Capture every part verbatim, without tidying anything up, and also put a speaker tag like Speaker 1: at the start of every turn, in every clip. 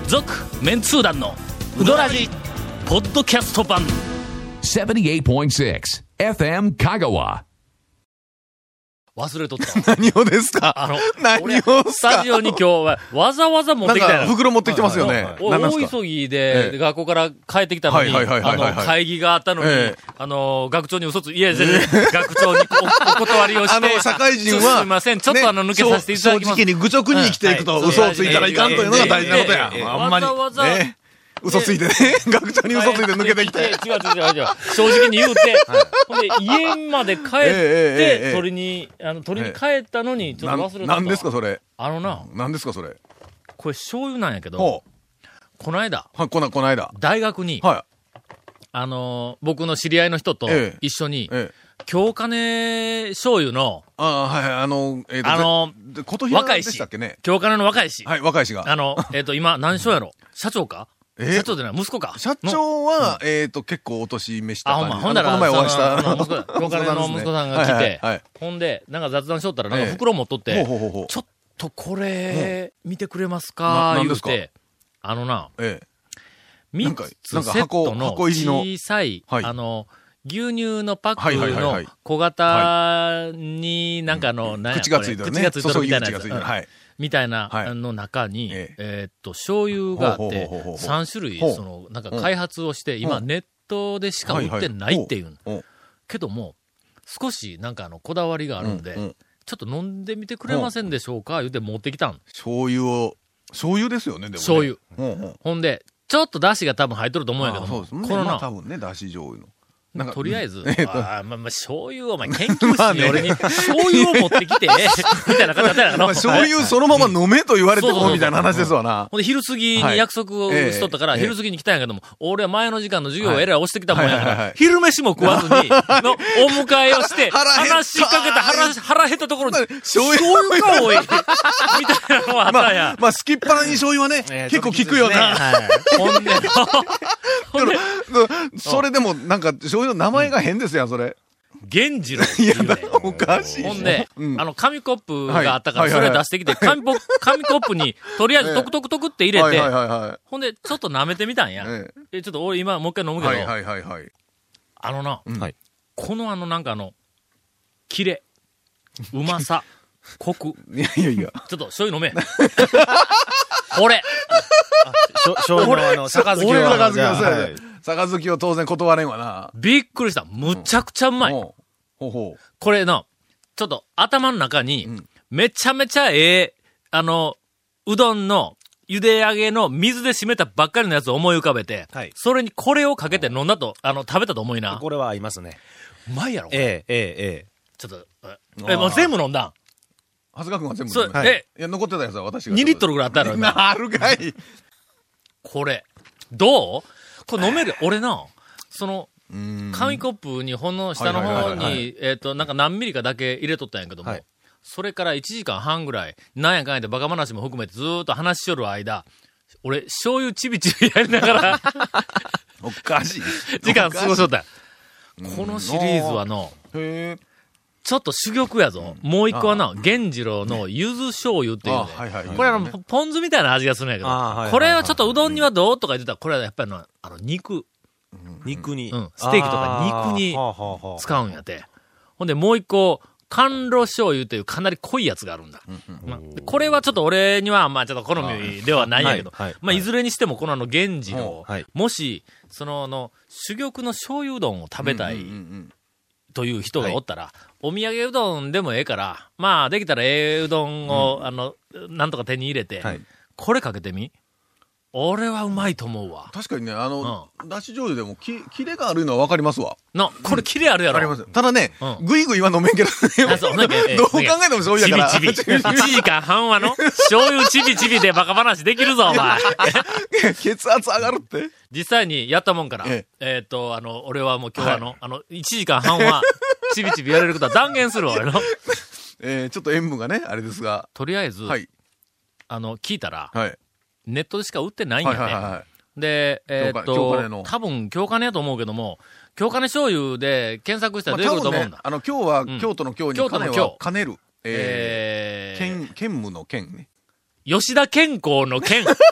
Speaker 1: 続メンツー団のウドラジポッドキャスト版
Speaker 2: ななじゅうはちてんろく エフエム 香川。
Speaker 1: 忘れとった
Speaker 3: 何をですか？
Speaker 1: あの
Speaker 3: 何をですか？
Speaker 1: スタジオに今日はわざわざ持ってきた
Speaker 3: なんか袋持ってきてますよね。
Speaker 1: お
Speaker 3: 何なんですか？
Speaker 1: 大急ぎで、
Speaker 3: ええ
Speaker 1: 学校から帰ってきたのに、
Speaker 3: はいはいはい
Speaker 1: あ
Speaker 3: はいはい
Speaker 1: の、会議があったのに、
Speaker 3: ええ
Speaker 1: あの、学長に嘘つ、いや、全然、学長にお、お断りをして、
Speaker 3: あの、社会人は、
Speaker 1: すみません、ちょっとあの、抜けさせていただきます。
Speaker 3: 正直に愚直に生きていくと
Speaker 1: はい
Speaker 3: 嘘をついたらいかんというのが大事なことや。
Speaker 1: ええええええ
Speaker 3: あんまり。
Speaker 1: わざわざ
Speaker 3: ね嘘ついてね。学長に嘘ついて抜けてきて。
Speaker 1: 違う違う違う違う。正直に言うて、ほんで、家まで帰って、
Speaker 3: ええええええ
Speaker 1: 取りに、あの、取りに帰ったのに、ちょっと忘れたと。
Speaker 3: ななんですか、それ。
Speaker 1: あのな、
Speaker 3: 何ですか、それ。
Speaker 1: これ醤油なんやけど、
Speaker 3: ほう。
Speaker 1: この間、
Speaker 3: はい、こな、この間。
Speaker 1: 大学に、
Speaker 3: は
Speaker 1: あのー、僕の知り合いの人と
Speaker 3: ええ
Speaker 1: 一緒に
Speaker 3: い。、ええ。
Speaker 1: 京金醤油の、
Speaker 3: ああ、はいはい、あの、えっと、
Speaker 1: あの
Speaker 3: で琴平で
Speaker 1: 若いし
Speaker 3: したっけね。
Speaker 1: 京金の若いし、
Speaker 3: はい、若い氏が。
Speaker 1: あの、えっ、と、今、何章やろ社長か
Speaker 3: え
Speaker 1: 社長じゃない、息子か
Speaker 3: 社
Speaker 1: の
Speaker 3: 長は、えっと、結構お年召した
Speaker 1: あ、ほ
Speaker 3: 感じ。
Speaker 1: んま、ほんだら、
Speaker 3: あのこの前お会いした。
Speaker 1: そのあの息子、京金の息子さんが来て、
Speaker 3: はいはいはい
Speaker 1: ほんで、なんか雑談しとったら、なんか
Speaker 3: ええ
Speaker 1: 袋持っとって、
Speaker 3: ほうほうほうほう
Speaker 1: ちょっとこれ、見てくれます
Speaker 3: な
Speaker 1: か
Speaker 3: なんですか
Speaker 1: 言うて、あのな、
Speaker 3: ええ。
Speaker 1: みっ
Speaker 3: なんかなんか
Speaker 1: つセット
Speaker 3: 箱
Speaker 1: の
Speaker 3: 箱入りの
Speaker 1: 小さい、
Speaker 3: はい
Speaker 1: あの、牛乳のパッ
Speaker 3: はいはい
Speaker 1: クの
Speaker 3: はいはい
Speaker 1: 小型に、なんかあの、なんや
Speaker 3: 口がついてるね。
Speaker 1: これ口がついてるみたいなやつ。
Speaker 3: 注ぎ口がついてる。
Speaker 1: うん
Speaker 3: はい。
Speaker 1: みたいな
Speaker 3: はい
Speaker 1: の中に、
Speaker 3: え
Speaker 1: えーっと、醤油があって
Speaker 3: ほうほうほうほうほう、
Speaker 1: さん種類、
Speaker 3: ほう
Speaker 1: その、なんか開発をして、今
Speaker 3: うん
Speaker 1: ネットでしか売ってないっていう。
Speaker 3: はいはいほう
Speaker 1: けども、少しなんかあの、こだわりがあるんで、
Speaker 3: うんうん
Speaker 1: ちょっと飲んでみてくれませんでしょうか言うて持ってきたん。
Speaker 3: 醤油を、醤油ですよね、でもね。
Speaker 1: 醤油。
Speaker 3: ほうほう。
Speaker 1: ほんで、ちょっと出汁が多分入っとると思うんやけども、
Speaker 3: あそうですね。
Speaker 1: このな、
Speaker 3: まあ多分ね、だし醤油の。なんか
Speaker 1: とりあえず、
Speaker 3: えっと
Speaker 1: あーまあまあ、醤油を、お前、研究
Speaker 3: まあね
Speaker 1: 室に俺に醤油を持ってきて、みたいな形だったら
Speaker 3: まあ醤油そのまま飲めと言われて
Speaker 1: そうそうそう
Speaker 3: もみたいな話ですわな。
Speaker 1: ほんで、昼過ぎに約束をしとったから、
Speaker 3: はいええ
Speaker 1: 昼過ぎに来たんやけども、俺は前の時間の授業をえらい押してきたもんやから
Speaker 3: はいはいはいはい、
Speaker 1: 昼飯も食わずに、の、お迎えをして、
Speaker 3: 腹減った
Speaker 1: 話しかけた腹、腹減ったところに、
Speaker 3: 醤
Speaker 1: 醤
Speaker 3: 油
Speaker 1: 油か、おいみたいなのがあったんや。
Speaker 3: まあ、すきっぱらに醤油はね、結構効くよな。
Speaker 1: ほんで、ほんで、
Speaker 3: それでも、なんか、醤油の名前が変ですやん、それ。
Speaker 1: 源次郎っていうね。
Speaker 3: おかしい。
Speaker 1: ほんで、
Speaker 3: うん
Speaker 1: あの、紙コップがあったから、
Speaker 3: はい
Speaker 1: それ出してきて、紙ポ紙コップに、とりあえずトクトクトクって入れて
Speaker 3: はいはい、はいは
Speaker 1: ほんで、ちょっと舐めてみたんや。
Speaker 3: え
Speaker 1: え、ちょっと俺今もう一回飲む
Speaker 3: い。
Speaker 1: けど、
Speaker 3: はいはいはいはい。
Speaker 1: あのな、
Speaker 3: はい
Speaker 1: このあのなんかあの、キレ、うまさ、コク、
Speaker 3: いやいやいや。
Speaker 1: ちょっと醤油飲め。これ、
Speaker 4: しょ醤油のあの、杯
Speaker 1: 俺
Speaker 4: は、
Speaker 3: 杯
Speaker 4: じゃあ
Speaker 3: をそうやで
Speaker 4: はい。
Speaker 3: 杯を当然断れんわな。
Speaker 1: びっくりした。むちゃくちゃうまい。
Speaker 3: ほうほうほう。
Speaker 1: これの、ちょっと頭の中に、めちゃめちゃええ、あの、うどんの茹で上げの水で締めたばっかりのやつを思い浮かべて、
Speaker 4: はい
Speaker 1: それにこれをかけて飲んだと、あの、食べたと思いな。
Speaker 4: これは合いますね。
Speaker 1: うまいやろ、これ
Speaker 4: ええ、ええ、ええ。
Speaker 1: ちょっと、え、もう全部飲んだん。
Speaker 3: 長谷川君は全部
Speaker 1: そう
Speaker 3: 飲みま
Speaker 1: え
Speaker 3: いや、残ってたやつは私が。
Speaker 1: にリットルぐらいあったやろ、今。
Speaker 3: なるかい。
Speaker 1: これ。どうこれ飲める俺な、その、
Speaker 3: うーん
Speaker 1: 紙コップにほんの下の
Speaker 3: はいはい
Speaker 1: 方
Speaker 3: はいはい
Speaker 1: に、えっと、なんか何ミリかだけ入れとったんやけども、
Speaker 4: はい
Speaker 1: それからいちじかんはんぐらい、なんやかんやでバカ話も含めてずーっと話しよる間、俺、醤油ちびちびやりながら、
Speaker 3: おかしい。
Speaker 1: 時間過ごしとったよ
Speaker 3: おかしい
Speaker 1: このシリーズはの、
Speaker 3: へえ。
Speaker 1: ちょっと珠玉やぞ。もう一個はな、源次郎の柚子醤油っていうね。
Speaker 3: あはいはい
Speaker 1: これあの、ポン酢みたいな味がするんやけど、
Speaker 4: あはいはいはい
Speaker 1: これはちょっとうどんにはどうとか言ってたら、これはやっぱりの、あの、肉、
Speaker 4: 肉に。
Speaker 1: うんステーキとか肉に
Speaker 4: あーはあはあはあ
Speaker 1: 使うんやて。ほんで、もう一個、甘露醤油というかなり濃いやつがあるんだ。まあこれはちょっと俺には、まあちょっと好みではないんやけど、
Speaker 4: はいはい
Speaker 1: まあいずれにしてもこのあの源次郎、
Speaker 4: はい
Speaker 1: もし、そのあの、珠玉の醤油うどんを食べたい
Speaker 3: うんうんうん
Speaker 1: という人がおったら、お土産うどんでもええから、まあできたらええうどんを、あの、なんとか手に入れて、
Speaker 4: はい
Speaker 1: これかけてみ俺はうまいと思うわ。
Speaker 3: 確かにね、あの、だし醤油でもき、キレがあるのはわかりますわ。
Speaker 1: の、これキレあるやろ。
Speaker 3: あります。ただね
Speaker 1: う、ん
Speaker 3: ぐいぐいは飲めんけどね。
Speaker 1: あそうなんかええ
Speaker 3: どう考えても醤油やから。
Speaker 1: ちびちび。いちじかんはんはの醤油ちびちびでバカ話できるぞ、お前。
Speaker 3: 血圧上がるって。
Speaker 1: 実際にやったもんから、え
Speaker 3: え
Speaker 1: ーっと、あの、俺はもう今日はあの、あの、いちじかんはんは、ちびちびやれることは断言するわ、俺の。
Speaker 3: えー、ちょっと塩分がね、あれですが。
Speaker 1: とりあえず、
Speaker 3: はい。
Speaker 1: あの、聞いたら、
Speaker 3: はい。
Speaker 1: ネットでしか売ってないんやね。
Speaker 3: はいはいはいはい。
Speaker 1: で、えーっと
Speaker 3: 京金の、
Speaker 1: 多分、京金やと思うけども、京金醤油で検索したら出てくると思うんだ。
Speaker 3: あの、今日は
Speaker 1: うん
Speaker 3: 京都の京に、
Speaker 1: 京都の京
Speaker 3: 金は兼ねる。え
Speaker 1: え
Speaker 3: ー、
Speaker 1: ー、
Speaker 3: 兼、兼務の兼ね。
Speaker 1: 吉田健康の健。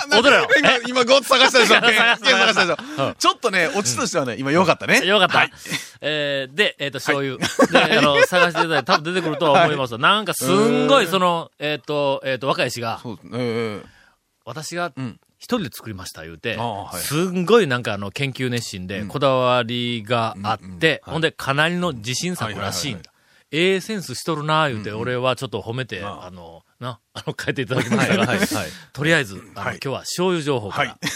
Speaker 1: 踊れよ。
Speaker 3: 今、今ゴッツ探したでしょ。
Speaker 1: 探した
Speaker 3: 剣探したでしょ。ちょっとね、オチとしてはね、今良かったね。
Speaker 1: よかった。
Speaker 3: はい。
Speaker 1: えー、で、えっ、ー、と、醤油。で、あの、探していただいて多分出てくるとは思います。はい、なんかすんごい、その、えっ、ー、と、えっ、ー、と、若い氏が、
Speaker 3: そうですね。えー、
Speaker 1: 私が、
Speaker 3: うん
Speaker 1: 一人で作りました言うて、
Speaker 3: はい、
Speaker 1: すんごいなんかあの研究熱心でこだわりがあって、うんうんはい、ほんでかなりの自信作らしいんだ。ええセンスしとるな言うて、うんうん、俺はちょっと褒めて、あの、な、あの、書いていただきましたが、はいはいはい、とりあえず、あの、はい、今日は醤油情報から。はい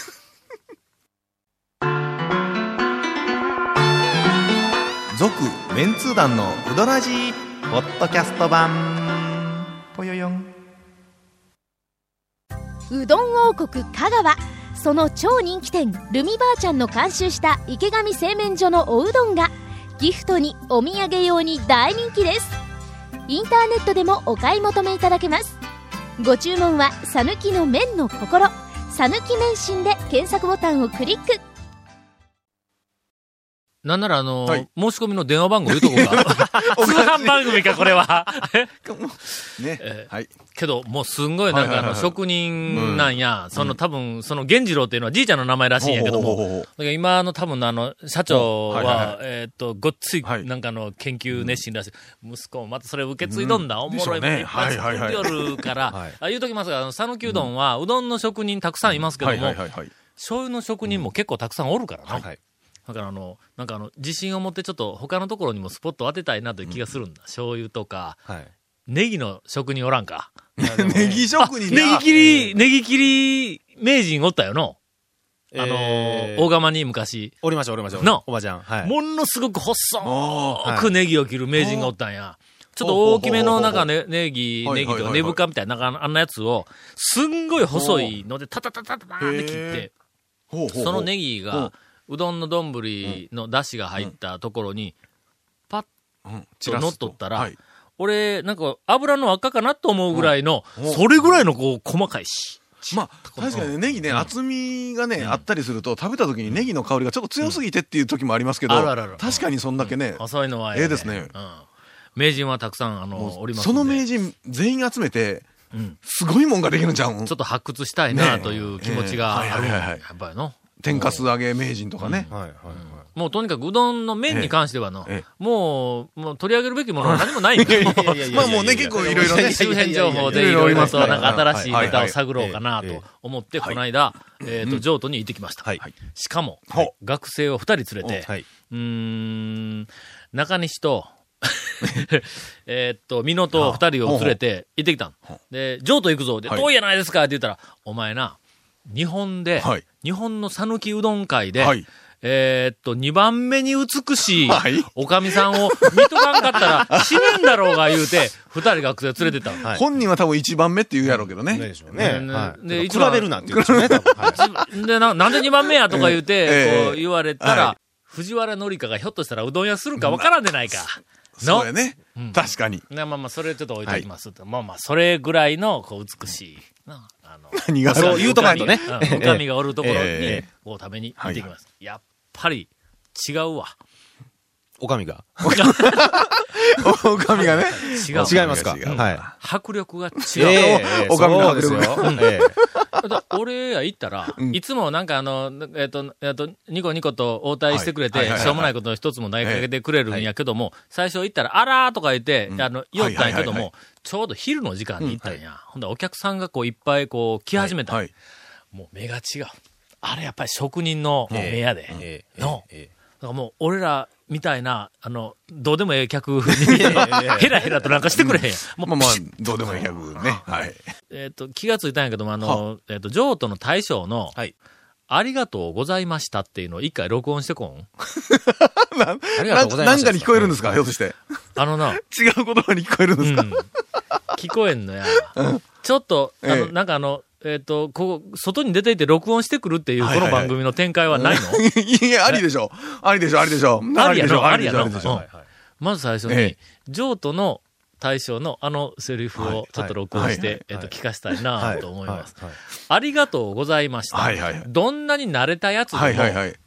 Speaker 5: 続メンツー団のうどらじポッドキャスト版ぽよよん。
Speaker 6: うどん王国香川、その超人気店ルミばあちゃんの監修した池上製麺所のおうどんがギフトにお土産用に大人気です。インターネットでもお買い求めいただけます。ご注文はさぬきの麺の心、さぬき麺心で検索ボタンをクリック。
Speaker 1: なんならあのーはい、申し込みの電話番号言うとこうか。通販番組か、これは。
Speaker 3: ね。
Speaker 1: えー、
Speaker 3: はい。
Speaker 1: けど、もうすんごいなんかあの、職人なんや、その多分、その源次郎っていうのはじいちゃんの名前らしいんやけども、今の多分あの、社長は、えっと、ごっつい、なんかの研究熱心らしい。息子もまたそれを受け継いどんだ。おもろいもんいっぱい作ってよるから、あ、言うときますが、讃岐うどんは、うどんの職人たくさんいますけども、醤油の職人も結構たくさんおるからね。だからあの、なんかあの、自信を持ってちょっと他のところにもスポットを当てたいなという気がするんだ。うん、醤油とか、はい、ネギの職人おらんか。
Speaker 3: ネギ職人
Speaker 1: ネギ切り、ネギ切り名人おったよの。あのー、大釜に昔。
Speaker 4: おりました、おりました。
Speaker 1: の、
Speaker 4: おばちゃん。はい。
Speaker 1: ものすごく細くネギを切る名人がおったんや。ちょっと大きめのなんかね、ネギ、ネギとか根深みたいな、なんかあんなやつを、すんごい細いので、タタタタタターって切って、そのネギが、うどんの丼の出汁が入ったところに、パッと乗っとったら、俺、なんか油の赤かなと思うぐらいの、それぐらいのこう、細かいし。
Speaker 3: まあ、確かにね、ネギね、厚みがね、あったりすると、食べた時にネギの香りがちょっと強すぎてっていう時もありますけど、確かにそんだけね、
Speaker 1: 細いのは
Speaker 3: ええですね。
Speaker 1: 名人はたくさん、あの、おります
Speaker 3: その名人全員集めて、すごいもんができるんちゃうん？
Speaker 1: ちょっと発掘したいなという気持ちがある。やっぱりの。
Speaker 3: 天かす揚げ名人とかね。
Speaker 1: もうとにかくうどんの麺に関してはの、もう、もう取り上げるべきものは何もないんだよ。
Speaker 3: まあもうね、結構いろいろね。
Speaker 1: 周辺情報でいろいろとなんか新しいネタを探ろうかなと思って、この間、えっと、譲渡に行ってきました。しかも、学生を二人連れて、うーん、中西と、えっと、美濃と二人を連れて行ってきたん。で、譲渡行くぞ。で、遠いやないですかって言ったら、お前な、日本で、はい、日本の讃岐うどん界で、はい、えー、っと、二番目に美しい、おかみさんを見とかんかったら死ねんだろうが言うて、二人学生連れてった、
Speaker 3: はい。本人は多分一番目って言うやろうけどね。
Speaker 4: でしょうね。
Speaker 1: はい、で、
Speaker 4: 比べるなんて言うんでしょうね、多分。
Speaker 1: はい、でな、なんで二番目やとか言うて、えー、こう言われたら、はい、藤原紀香がひょっとしたらうどん屋するかわからんでないか。
Speaker 3: のそうやね。うん、確かに。
Speaker 1: まあまあ、それちょっと置いときます。はい、まあまあ、それぐらいの、こう、美しい。なあの
Speaker 3: 何が
Speaker 4: そう言うとかんとね。
Speaker 1: おかみがおるところに、こう食べに行ってきます。やっぱり、違うわ。
Speaker 4: おかみが
Speaker 3: おかみがね。
Speaker 1: 違う。
Speaker 4: 違いますか。はい。
Speaker 1: 迫力が違う。
Speaker 3: おかみの迫力
Speaker 1: が。俺や行ったら、いつもなんかあの、えっと、えっと、ニコニコと応対してくれて、しょうもないことを一つも投げかけてくれるんやけども、最初行ったら、あらーとか言って、あの、酔ったんやけども、ちょうど昼の時間に行ったんや。ほんで、お客さんがこういっぱいこう来始めた。もう目が違う。あれやっぱり職人の目やで。の。だからもう、俺らみたいな、あの、どうでもええ客に、ヘラヘラとなんかしてくれへんや。
Speaker 3: まあまあ、どうでもええ客ね。はい。
Speaker 1: えっと、気がついたんやけども、あの、えっと、譲渡の大将の、ありがとうございましたっていうのを一回録音してこん
Speaker 3: ありがとうございました。何かに聞こえるんですかひょっとして。
Speaker 1: あのな。
Speaker 3: 違う言葉に聞こえるんですか
Speaker 1: 聞こえんのや。ちょっと、あの、なんかあの、えっ、ー、と、ここ、外に出ていて録音してくるっていう、この番組の展開はないの？
Speaker 3: いや、ありでしょ。ありでしょ、ありでしょ。
Speaker 1: ありやろ、ありやろ。まず最初に、譲渡の大将のあのセリフをちょっと録音して、えっと、聞かせたいなと思います。ありがとうございました。どんなに慣れたやつでも、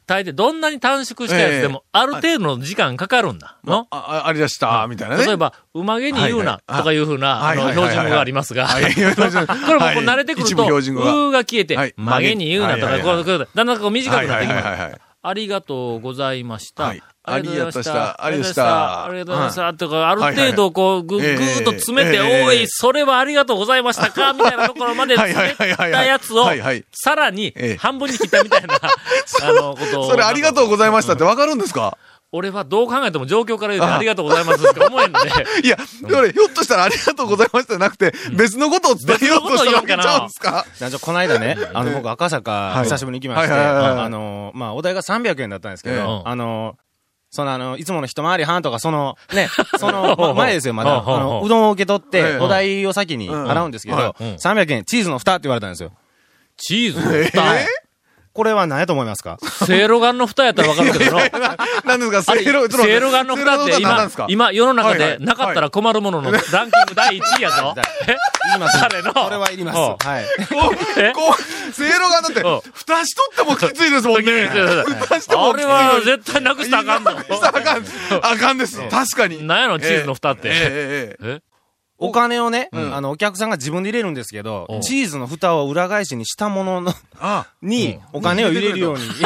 Speaker 1: 大抵どんなに短縮したやつでも、ある程度の時間かかるんだ。の
Speaker 3: あ、ありだした、みたいなね。
Speaker 1: 例えば、うまげに言うな、とかいうふうな、あの、標準語がありますが、これもこう慣れてくると、うーが消えて、まげに言うなとか、こう、だんだんこう短くなってきます。ありがとうございました。
Speaker 3: ありがとうございました。
Speaker 1: ありがとうございました。ありがとうございました。とか、ある程度、こう、ぐ、ぐーっと詰めて、おい、それはありがとうございましたかみたいなところまで詰めたやつを、さらに、半分に切ったみたいな、あの、ことを。
Speaker 3: それありがとうございましたってわかるんですか？
Speaker 1: 俺はどう考えても状況から言うとありがとうございますって思えんので。
Speaker 3: いや、これ、ひょっとしたらありがとうございましたじゃなくて、別のことを伝えようとしたわけちゃうんですか？
Speaker 4: なんかこの間ね、あの、僕赤坂、久しぶりに行きまして、あの、まあ、お題がさんびゃくえんだったんですけど、あの、そのあの、いつもの一回り半とか、その、ね、その、ま、前ですよ、まだ。あの、うどんを受け取って、お代を先に払うんですけど、さんびゃくえん、チーズの蓋って言われたんですよ。
Speaker 1: チーズの蓋？
Speaker 4: これは何やと思いますか？
Speaker 1: せいろがんの蓋やったらわかるけどの。
Speaker 3: 何ですか？せいろ、
Speaker 1: せいろがんの蓋って今、今世の中でなかったら困るもののランキングだいいちいやぞ。
Speaker 4: え？いります。
Speaker 1: 誰の？
Speaker 4: これはいります。はい。
Speaker 3: え？こう、せいろがんだって、蓋しとってもきついですもんね。蓋してもきつい。
Speaker 1: あれは絶対なくしたらあかんの。
Speaker 3: なくしたらあかん。あかんです。確かに。
Speaker 1: 何やの、チーズの蓋って。
Speaker 3: ええ。
Speaker 4: お金をね、あの、お客さんが自分で入れるんですけど、チーズの蓋を裏返しにしたものの、に、お金を入れるように。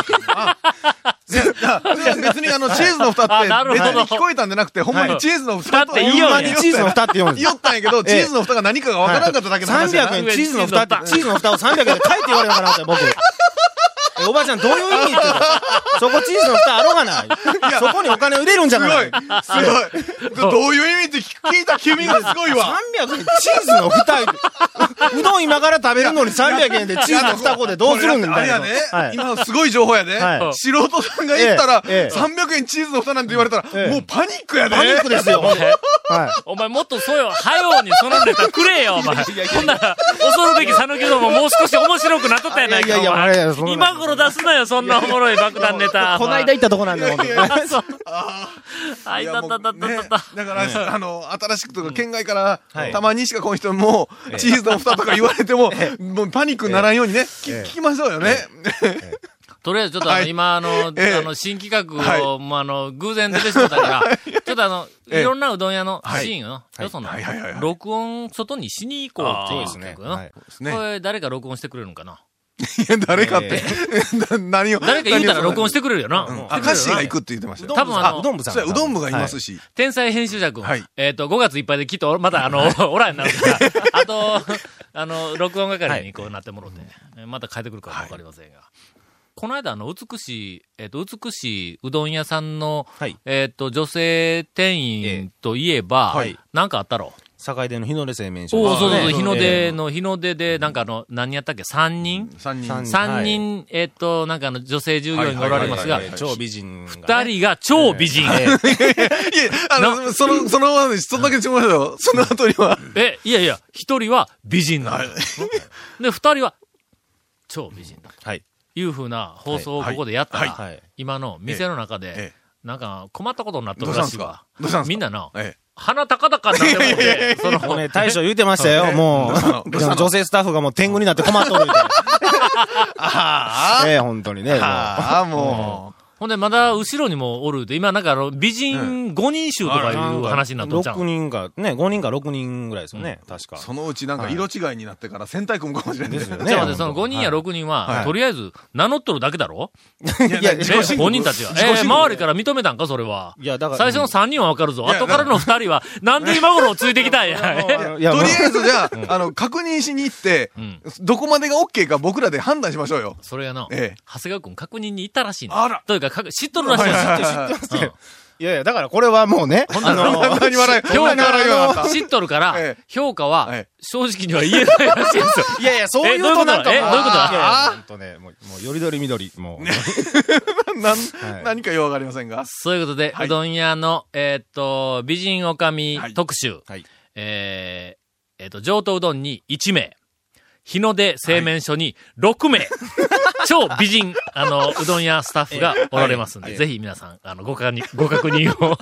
Speaker 3: 別にあの、チーズの蓋って、別に聞こえたんじゃなくて、ほんまにチーズの蓋って言う
Speaker 4: よね。チーズの蓋って言うんです。
Speaker 3: 言ったんやけど、チーズの蓋が何かがわからんかっただけの話。
Speaker 4: さんびゃくえん、チーズの蓋って、チーズの蓋をさんびゃくえんで書いて言われなかった僕。おばあちゃんどういう意味って言うの？そこチーズの蓋あろうがない。そこにお金を入れるんじゃない。
Speaker 3: すごい。すごい。どういう意味って聞いた君がすごいわ。
Speaker 4: さんびゃくえんチーズの蓋。うどん今から食べるのにさんびゃくえんでチーズの蓋こでどうするんだよ。
Speaker 3: あれやね。今すごい情報やで。素人さんが言ったら、さんびゃくえんチーズの蓋なんて言われたら、もうパニックやで。
Speaker 4: パニックですよ。
Speaker 1: お前もっとそうよ、はようにそのネタくれよ、お前。ほんなら、恐るべき讃岐うどんももう少し面白くなっとったやないか、お前。今頃出すなよ、そんなおもろい爆弾ネタ。
Speaker 4: こないだ行ったとこなんだよ、ほんとに。
Speaker 1: あ、いたたたたたた。
Speaker 3: だから、あの、新しくとか、県外から、たまにしかこの人も、チーズの蓋とか言われても、もうパニックにならんようにね、聞きましょうよね。
Speaker 1: とりあえずちょっとあの、今あの、あの、新企画を、もうあの、偶然出てしまったから、ちょっとあの、いろんなうどん屋のシーンを、よその、録音外にしに行こうっていう企画の。これ誰か録音してくれるのかな？
Speaker 3: いや、誰かって。何を。
Speaker 1: 誰か言うたら録音してくれるよな。
Speaker 3: 歌詞が行くって言ってましたよ。
Speaker 1: 多分あの、
Speaker 4: うどん部さん。
Speaker 3: うどん部がいますし。
Speaker 1: 天才編集者君。えっと、ごがついっぱいできっと、またあの、おらんなるから、あと、あの、録音係にこうなってもろって、また変えてくるかわかりませんが。この間、あの、美しい、えっと、美しいうどん屋さんの、えっと、女性店員といえば、なんかあったろ？
Speaker 4: 坂出の日の出製麺所。
Speaker 1: おそうそう、日の出の、日の出で、なんかあの、何やったっけ ?さん 人 ?さん 人。さんにん、えっと、なんかあの、女性従業員がおられますが、
Speaker 4: 超美人。
Speaker 1: 二人が超美人。いや、
Speaker 3: あの、その、そのままで、そんだけ違うよ。その後には。
Speaker 1: え、いやいや、一人は美人なの。で、二人は、超美人だ。はい。いうふうな放送をここでやったら、今の店の中で、なんか困ったことになってるらしいわ。みんなな、鼻高々になってもって、
Speaker 4: そのね、大将言うてましたよ、もう。女性スタッフがもう天狗になって困っとるみたいな。ああ。ええ、本当にね。
Speaker 3: ああ、もう。
Speaker 1: ほんで、まだ後ろにもおるで、今なんかあの、美人ごにん衆とかいう話になっとっちゃう。
Speaker 4: ろくにんか、ね、ごにんかろくにんぐらいですよね、確か。
Speaker 3: そのうちなんか色違いになってから戦隊組むかもしれないですよね。
Speaker 1: じゃあそのごにんやろくにんは、とりあえず名乗っとるだけだろ？いや、本人たちは。え、周りから認めたんか、それは。いや、だから。最初のさんにんはわかるぞ。後からのふたりは、なんで今頃ついてきたんや。
Speaker 3: とりあえずじゃあ、あの、確認しに行って、どこまでが OK か僕らで判断しましょうよ。
Speaker 1: それやな。長谷川くん確認に行ったらしいの。あら。というか、知っとるらしい。知って
Speaker 4: ますよ。いやいや、だからこれはもうね、
Speaker 1: あの、評価を知っとるから、評価は正直には言えないらしいんですよ。
Speaker 4: いやいや、そういうことなんか。
Speaker 1: え、どういうことだ？
Speaker 4: あほんとね、もう、よりどりみどり、もう。
Speaker 3: 何かようわかりませんが。
Speaker 1: そういうことで、うどん屋の、えっと、美人女将特集。えっと、上等うどんにいちめい。日の出製麺所にろくめい、はい、超美人、あの、うどん屋スタッフがおられますんで、はい、ぜひ皆さん、あの、ご確認、ご確認を。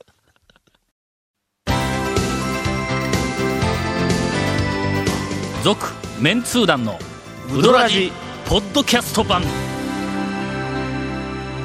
Speaker 1: 続、メンツー団の、うどらじ、ポッドキャスト版。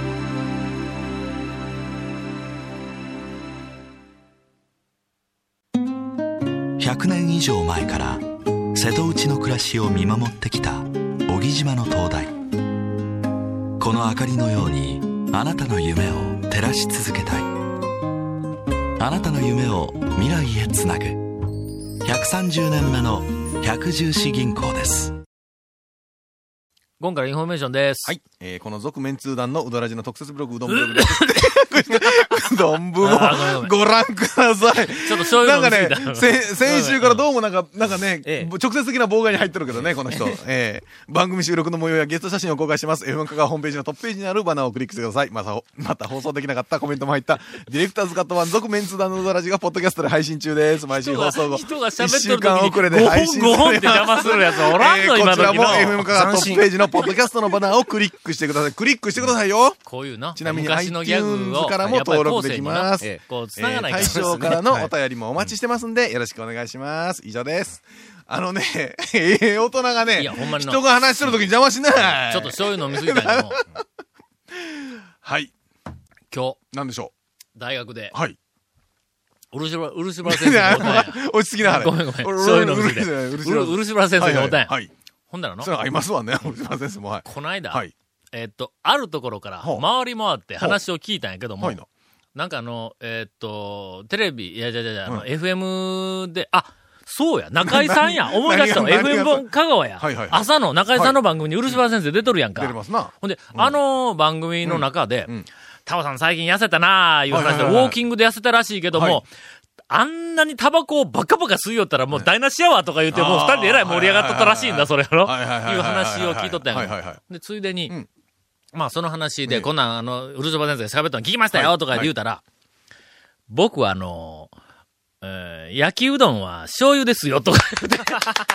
Speaker 7: ゃくねん以上前から瀬戸内の暮らしを見守ってきた小木島の灯台。この明かりのようにあなたの夢を照らし続けたい。あなたの夢を未来へつなぐひゃくさんじゅうねんめの百十四銀行です。
Speaker 1: 今からインフォメーションです。
Speaker 3: はい。えー、この続メンツー団のうどらじの特設ブログ、うどんブログです。うどん部もご覧ください。
Speaker 1: ちょっとそういうの見てきた。
Speaker 3: なんかね、先週からどうもなんか、なんかね、ええ、直接的な妨害に入ってるけどね、この人。えー、番組収録の模様やゲスト写真を公開してます。エフエム 香川ホームページのトップページにあるバナーをクリックしてください。また、また放送できなかったコメントも入った、ディレクターズカット版続メンツー団のうどらじがポッドキャストで配信中です。毎週放送後。
Speaker 1: 人が喋ってる時にごほんごほんって邪魔するやつおらんの、今時の。
Speaker 3: こちらも エフエム 香川トップページのポッドキャストのバナーをクリックしてください。クリックしてくださいよ。
Speaker 1: こういうな。
Speaker 3: ちなみに
Speaker 1: 昔のギャグ
Speaker 3: iTunes からも登録できます。
Speaker 1: こう繋がないから
Speaker 3: 大将からのお便りもお待ちしてますんで、よろしくお願いします。以上です。あのね、ええ大人がね、人が話してる時に邪魔しない。
Speaker 1: ちょっとそういうの見すぎたいの。
Speaker 3: はい。
Speaker 1: 今日。
Speaker 3: なんでしょ
Speaker 1: う。大学で。
Speaker 3: はい。
Speaker 1: 漆原、漆原先生がおったんや。
Speaker 3: 落ち着きなはれ。
Speaker 1: ごめんごめん。そういうの見すぎて。漆原先生がおったんや。
Speaker 3: はい。
Speaker 1: ほんだらの
Speaker 3: それありますわね、漆原先生も。はい。
Speaker 1: この間。
Speaker 3: はい。
Speaker 1: えっと、あるところから回り回って話を聞いたんやけども。はい。なんかあの、えー、っと、テレビ、いやいやいや、あの、うん、エフエム で、あ、そうや、中井さんや、思い出したわ、エフエム 香川や、はいはいはい。朝の中井さんの番組に漆原先生出とるやんか。
Speaker 3: 出てますな。
Speaker 1: ほんで、うん、あの番組の中で、うんうん、タオさん最近痩せたなーいう話で、はいはいはいはい、ウォーキングで痩せたらしいけども、はい、あんなにタバコをバカバカ吸いよったらもう台無しやわとか言って、もう二人でえらい盛り上がっとったらしいんだ、それやろいう話を聞いとったやんか。で、ついでに、うん、まあその話で、こんなん、あの、漆原先生喋ったの聞きましたよとか言うたら、はいはい、僕はあの、えー、焼きうどんは醤油ですよとか言って。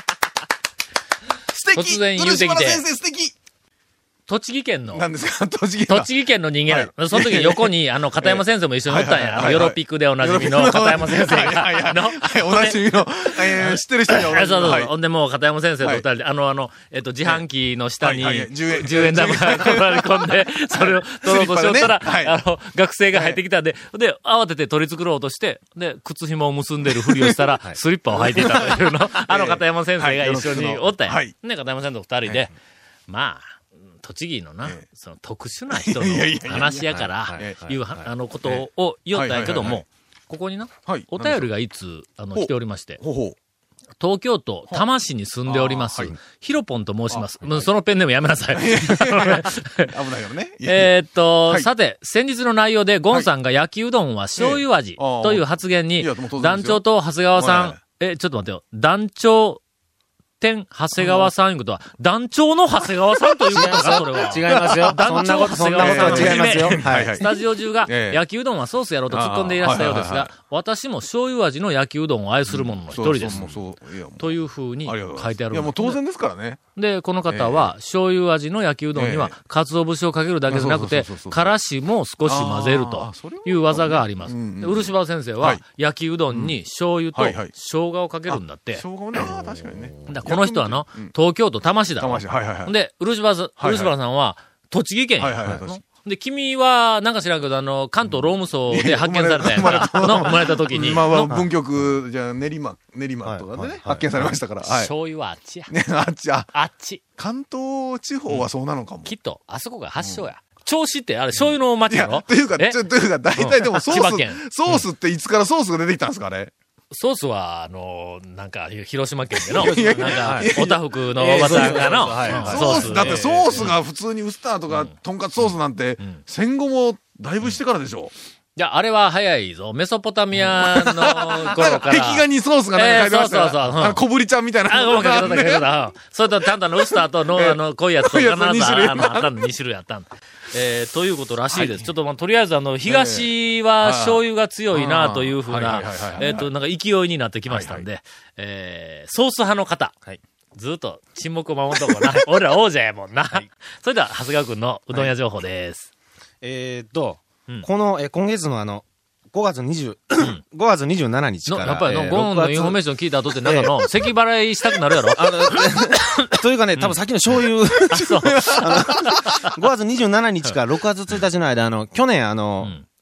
Speaker 3: 素敵
Speaker 1: 突然言うてきて。
Speaker 3: 先生素敵
Speaker 1: 栃木県の。
Speaker 3: 何ですか栃木
Speaker 1: 県。栃木県の人間なの。はい、その時に横に、あの、片山先生も一緒におったんや。あの、ヨロピックでおなじみの片山先生が。
Speaker 3: はいはい、おなじみの、えー、知ってる人にはおなじみの。
Speaker 1: そうそうそう。ほんでもう片山先生と二人で、あの、あの、えっと、自販機の下に、じゅうえん玉が転がり込んで、それを取ろうとしよったら、あの、学生が入ってきたんで、で、慌てて取り繕おうとして、で、靴紐を結んでるふりをしたら、スリッパを履いていたというの、あの片山先生が一緒におったんや。ね、片山先生と二人で、まあ、栃木のな、ええ、その特殊な人の話やから、いう、あのことを言おったんやけども、ここにな、はい、お便りがいつ、あの、来ておりまして、ほうほう東京都多摩市に住んでおります、はい、ヒロポンと申します。はい、そのペンネームやめなさい。危ない
Speaker 3: よね。
Speaker 1: えっと、はい、さて、先日の内容でゴンさんが焼きうどんは醤油味という発言に、団長と長谷川さん、え、ちょっと待ってよ、団長、店、長谷川さんいうことは、団長の長谷川さんということか、それは。
Speaker 4: 違いますよ。
Speaker 1: 団長長谷川さん
Speaker 4: は違いますよ。
Speaker 1: はい。スタジオ中が、焼きうどんはソースやろうと突っ込んでいらしたようですが、私も醤油味の焼きうどんを愛する者の一人です。というふうに書いてある。
Speaker 3: いや、もう当然ですからね。
Speaker 1: で、この方は、醤油味の焼きうどんには、鰹節をかけるだけじゃなくて、からしも少し混ぜるという技があります。漆原先生は、焼きうどんに醤油と生姜をかけるんだって。
Speaker 3: 生姜ね、確かにね。
Speaker 1: この人はの、東京都多摩市だ。
Speaker 3: 多摩市、はいはいはい。
Speaker 1: で、漆原、漆原さんは、栃木県。はいはいはい。で、君は、なんか知らんけど、あの、関東ローム層で発見されたやんか。の、生まれた時に。
Speaker 3: 今は文局、じゃあ、練馬、練馬とかでね、発見されましたから。
Speaker 1: 醤油はあっちや。
Speaker 3: ね、あっち、あ
Speaker 1: っち。
Speaker 3: 関東地方はそうなのかも。
Speaker 1: きっと、あそこが発祥や。銚子って、あれ、醤油の町やろ
Speaker 3: というか、というか、大体でもソース、ソースっていつからソースが出てきたんですか、あれ。
Speaker 1: ソースは、あの、なんか、広島県での、なんか、おたふくのおばさんがの、
Speaker 3: ソース、だってソースが普通にウスターとか、とんかつソースなんて、戦後もだいぶしてからでしょ。
Speaker 1: いや、あれは早いぞ。メソポタミアの頃から。
Speaker 3: 壁画にソースがなんか書いてましたよ。そうそうそう。小ぶりちゃんみたいな。
Speaker 1: あ、ごめん、かけたかけた。それと、ちゃんとあの、ウスターとの、あの、濃いやつと、必ず、あの、あったのに種類あったんだ。えー、ということらしいです。はい、ちょっとまあ、とりあえずあの、東は醤油が強いなというふうな、えっと、なんか勢いになってきましたんで、はいはい、えー、ソース派の方、はい、ずっと沈黙を守んとこな。俺ら王者やもんな。はい、それでは、長谷川くんのうどん屋情報です。
Speaker 4: はい、えーっと、うん、この、え、今月のあの、ごがつにじゅう、ごがつにじゅうしちにちから。
Speaker 1: やっぱりの、えー、ゴーンのインフォメーション聞いた後ってなんかの、咳払いしたくなるやろあの、
Speaker 4: というかね、多分さっきの醤油。あ、そう。ごがつにじゅうしちにちからろくがつついたちの間、あの、去年あの、うん、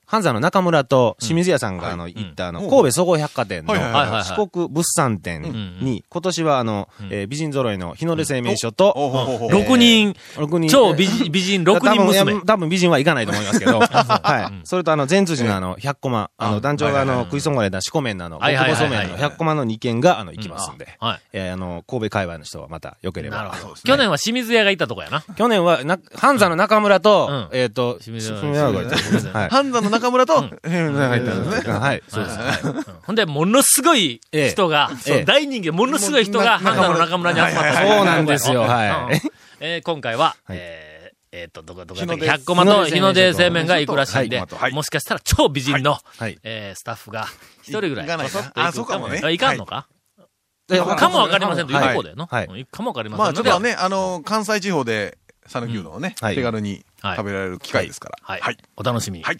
Speaker 4: 半沢の中村と清水屋さんが、あの、行った、あの、神戸総合百貨店の、四国物産展に、今年は、あの、美人揃いの日の出製麺所と、
Speaker 1: ろくにん、超美人ろくにん娘。
Speaker 4: 多分美人はいかないと思いますけど、はい。それと、あの、善通寺のあの、ひゃくコマ、あの、団長があの、食い損がれた四股麺のあの、極細麺のひゃくコマのにけんが、あの、行きますんで、え、あの、神戸界隈の人はまた良ければ。
Speaker 1: なるほど。去年は清水屋がいたとこやな。
Speaker 4: 去年は、半沢の中村と、えっと、清水屋がいた。
Speaker 3: 半沢の中村と、
Speaker 4: はい。そうです。
Speaker 1: ほんで、ものすごい人が、大人気、ものすごい人が、半沢の中村に集まった。
Speaker 4: そうなんですよ、はい。
Speaker 1: え今回は、ええっと、どこどこだっけ、ひゃくコマと日の出製麺が行くらしいんで、もしかしたら超美人の、えスタッフが一人ぐらい、
Speaker 3: あ、そうかもね。
Speaker 1: いかんのかかもわかりませんというとこだよな。かもわかりません。
Speaker 3: まあ、ちょっとね、あの、関西地方で、讃岐うどんをね、手軽に食べられる機会ですから。
Speaker 1: はい。お楽しみに。はい。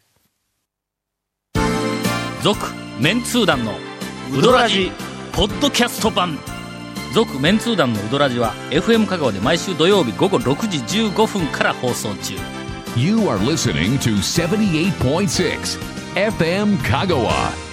Speaker 1: 続メンツー団のウドラジポッドキャスト版。続メンツー団のウドラジは エフエム 香川で毎週土曜日午後ろくじじゅうごふんから放送中。
Speaker 2: You are listening to seventy-eight point six エフエム 香川。